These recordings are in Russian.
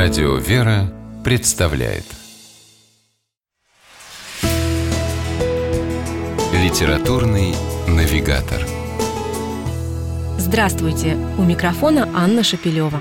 Радио «Вера» представляет Литературный навигатор. Здравствуйте! У микрофона Анна Шапилева.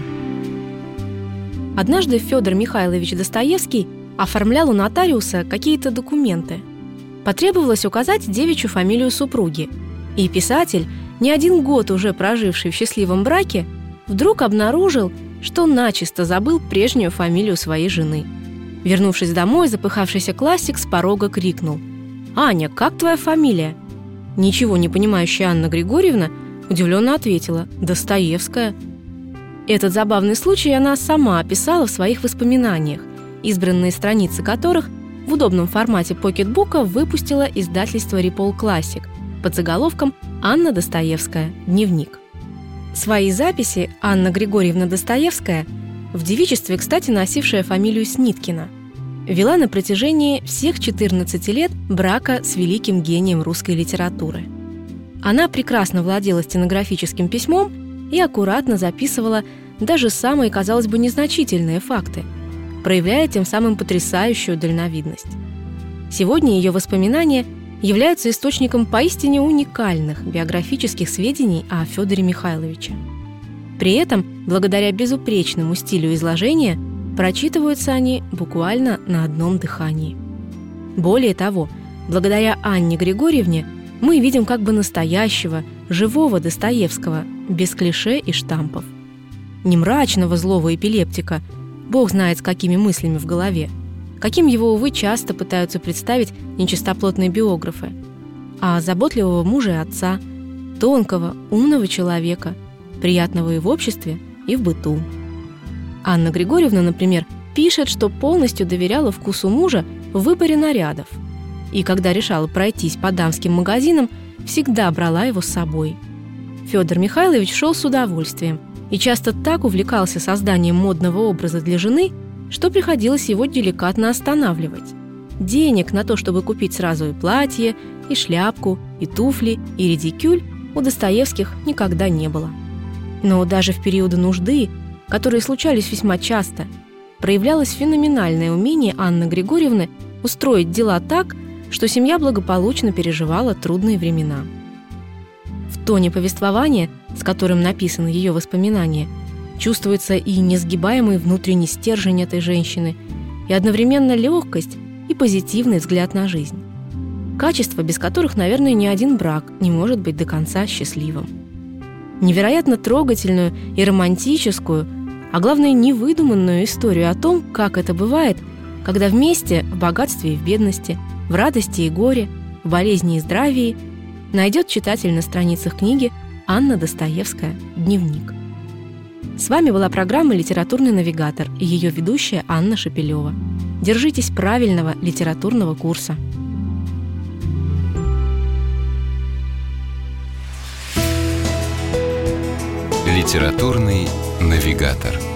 Однажды Федор Михайлович Достоевский оформлял у нотариуса какие-то документы. Потребовалось указать девичью фамилию супруги, и писатель, не один год уже проживший в счастливом браке, вдруг обнаружил, что начисто забыл прежнюю фамилию своей жены. Вернувшись домой, запыхавшийся классик с порога крикнул: «Аня, как твоя фамилия?» Ничего не понимающая Анна Григорьевна удивленно ответила: «Достоевская». Этот забавный случай она сама описала в своих воспоминаниях, избранные страницы которых в удобном формате покетбука выпустило издательство «Рипол Классик» под заголовком «Анна Достоевская. Дневник». Свои записи Анна Григорьевна Достоевская, в девичестве, кстати, носившая фамилию Сниткина, вела на протяжении всех 14 лет брака с великим гением русской литературы. Она прекрасно владела стенографическим письмом и аккуратно записывала даже самые, казалось бы, незначительные факты, проявляя тем самым потрясающую дальновидность. Сегодня ее воспоминания являются источником поистине уникальных биографических сведений о Федоре Михайловиче. При этом, благодаря безупречному стилю изложения, прочитываются они буквально на одном дыхании. Более того, благодаря Анне Григорьевне мы видим как бы настоящего, живого Достоевского, без клише и штампов. Не мрачного злого эпилептика, бог знает с какими мыслями в голове, каким его, увы, часто пытаются представить нечистоплотные биографы, а заботливого мужа и отца, тонкого, умного человека, приятного и в обществе, и в быту. Анна Григорьевна, например, пишет, что полностью доверяла вкусу мужа в выборе нарядов, и когда решала пройтись по дамским магазинам, всегда брала его с собой. Федор Михайлович шел с удовольствием и часто так увлекался созданием модного образа для жены, что приходилось его деликатно останавливать. Денег на то, чтобы купить сразу и платье, и шляпку, и туфли, и редикюль, у Достоевских никогда не было. Но даже в периоды нужды, которые случались весьма часто, проявлялось феноменальное умение Анны Григорьевны устроить дела так, что семья благополучно переживала трудные времена. В тоне повествования, с которым написаны ее воспоминания, чувствуется и несгибаемый внутренний стержень этой женщины, и одновременно легкость и позитивный взгляд на жизнь. Качества, без которых, наверное, ни один брак не может быть до конца счастливым. Невероятно трогательную и романтическую, а главное, невыдуманную историю о том, как это бывает, когда вместе в богатстве и в бедности, в радости и горе, в болезни и здравии найдет читатель на страницах книги Анна Достоевская «Дневник». С вами была программа «Литературный навигатор» и ее ведущая Анна Шапилева. Держитесь правильного литературного курса. Литературный навигатор.